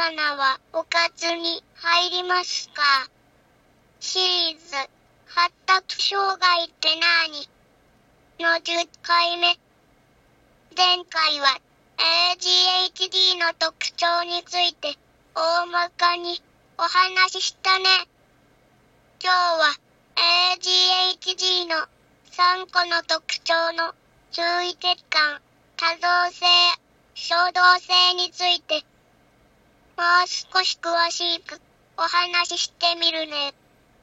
魚はおかずに入りますか？シリーズ、発達障害って何？の10回目。前回は ADHD の特徴について大まかにお話ししたね。今日は ADHD の3個の特徴の注意欠陥、多動性、衝動性についてもう少し詳しくお話ししてみるね。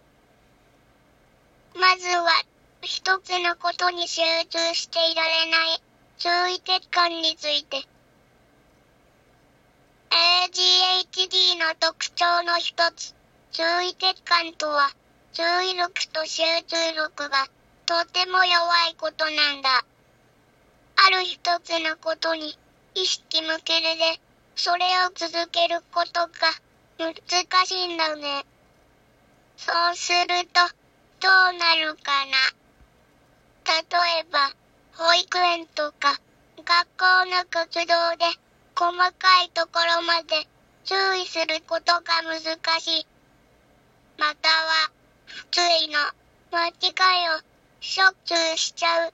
まずは一つのことに集中していられない注意欠陥について。ADHD の特徴の一つ、注意欠陥とは、注意力と集中力がとても弱いことなんだ。ある一つのことに意識向けるで、それを続けることが難しいんだね。そうすると、どうなるかな。例えば、保育園とか学校の活動で細かいところまで注意することが難しい。または、不注意の間違いをしょっちゅうしちゃう。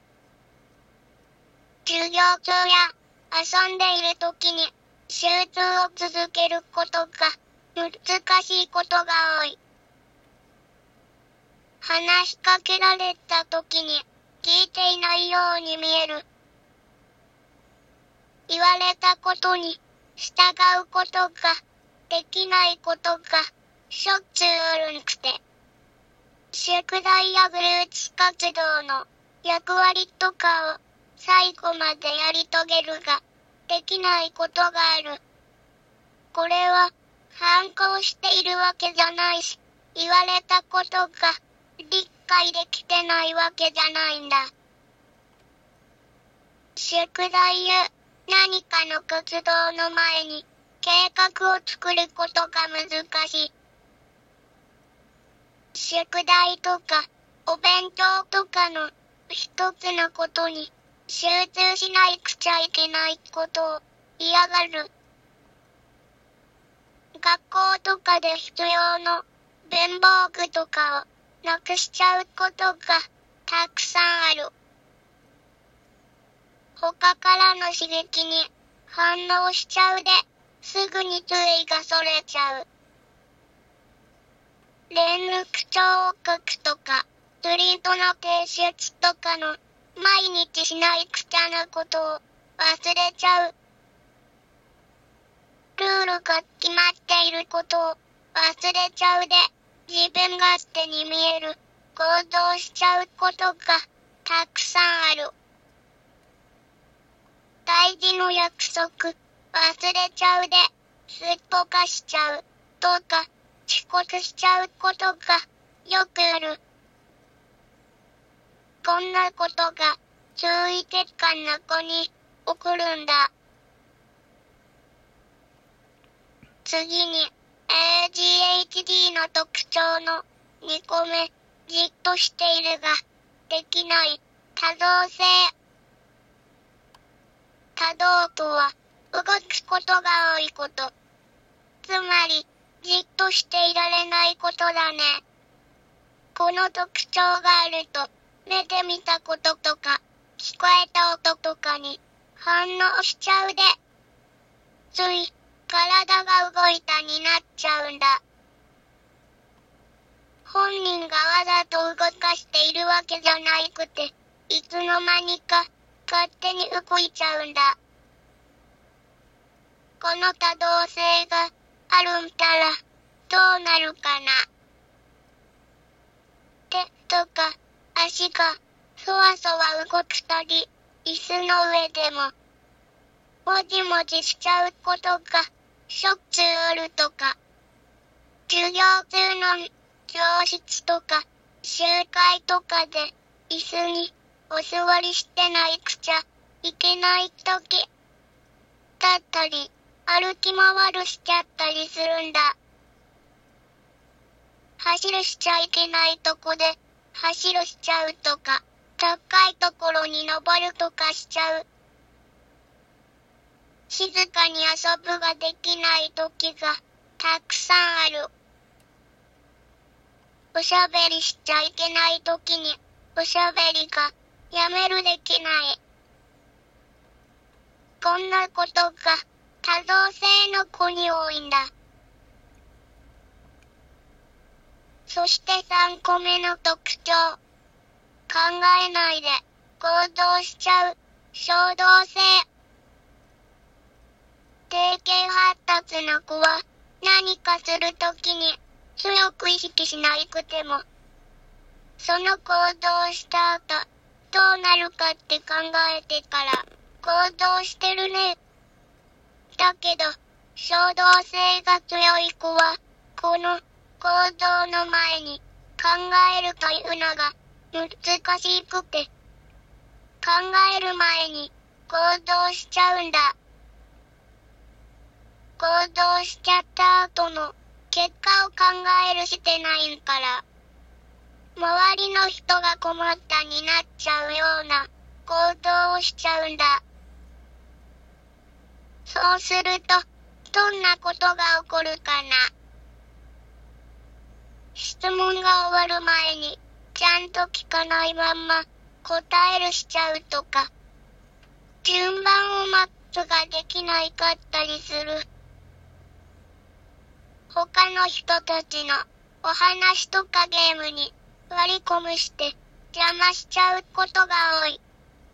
授業中や遊んでいるときに集中を続けることが難しいことが多い。話しかけられたときに聞いていないように見える。言われたことに従うことができないことがしょっちゅうあるんくて。宿題やグループ活動の役割とかを最後までやり遂げるができないことがある。これは反抗しているわけじゃないし、言われたことが理解できてないわけじゃないんだ。宿題や何かの活動の前に計画を作ることが難しい。宿題とかお勉強とかの一つのことに集中しないくちゃいけないことを嫌がる。学校とかで必要の文房具とかをなくしちゃうことがたくさんある。他からの刺激に反応しちゃうですぐに注意がそれちゃう。連絡帳を書くとか、プリントの提出とかの毎日しないくちゃなことを忘れちゃう。ルールが決まっていることを忘れちゃうで、自分勝手に見える行動しちゃうことがたくさんある。大事の約束忘れちゃうですっぽかしちゃうとか遅刻しちゃうことがよくある。こんなことが注意欠陥な子に起こるんだ。次に ADHD の特徴の2個目、じっとしているができない多動性。多動とは動くことが多いこと。つまりじっとしていられないことだね。この特徴があると目で見たこととか聞こえた音とかに反応しちゃうで、つい体が動いたになっちゃうんだ。本人がわざと動かしているわけじゃないくて、いつの間にか勝手に動いちゃうんだ。この多動性があるんたらどうなるかな。手とか足がそわそわ動くたり、椅子の上でももじもじしちゃうことがしょっちゅうあるとか、授業中の教室とか集会とかで椅子にお座りしてないくちゃいけないときだったり、歩き回るしちゃったりするんだ。走るしちゃいけないとこで走るしちゃうとか、高いところに登るとかしちゃう。 静かに遊ぶができない時がたくさんある。おしゃべりしちゃいけない時におしゃべりがやめるできない。こんなことが多動性の子に多いんだ。そして3個目の特徴。考えないで行動しちゃう衝動性。定型発達の子は何かするときに強く意識しなくても、その行動した後どうなるかって考えてから行動してるね。だけど衝動性が強い子はこの行動の前に考えるというのが難しくて、考える前に行動しちゃうんだ。行動しちゃった後の結果を考えるしてないんから、周りの人が困ったになっちゃうような行動をしちゃうんだ。そうするとどんなことが起こるかな。質問が終わる前にちゃんと聞かないまんま答えるしちゃうとか、順番を待つができないかったりする。他の人たちのお話とかゲームに割り込むして邪魔しちゃうことが多い。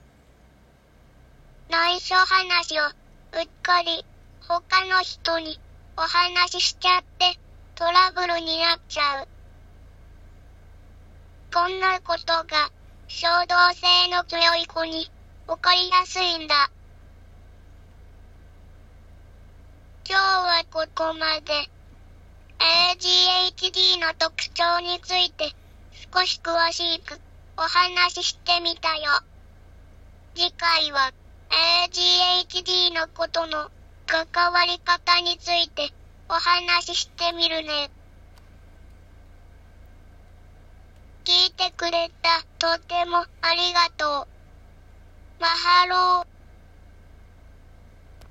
内緒話をうっかり他の人にお話ししちゃってトラブルになっちゃう。こんなことが衝動性の強い子に起こりやすいんだ。今日はここまで。ADHD の特徴について少し詳しくお話ししてみたよ。次回は ADHD のことの関わり方についてお話ししてみるね。聞いてくれたとてもありがとう。マハロー。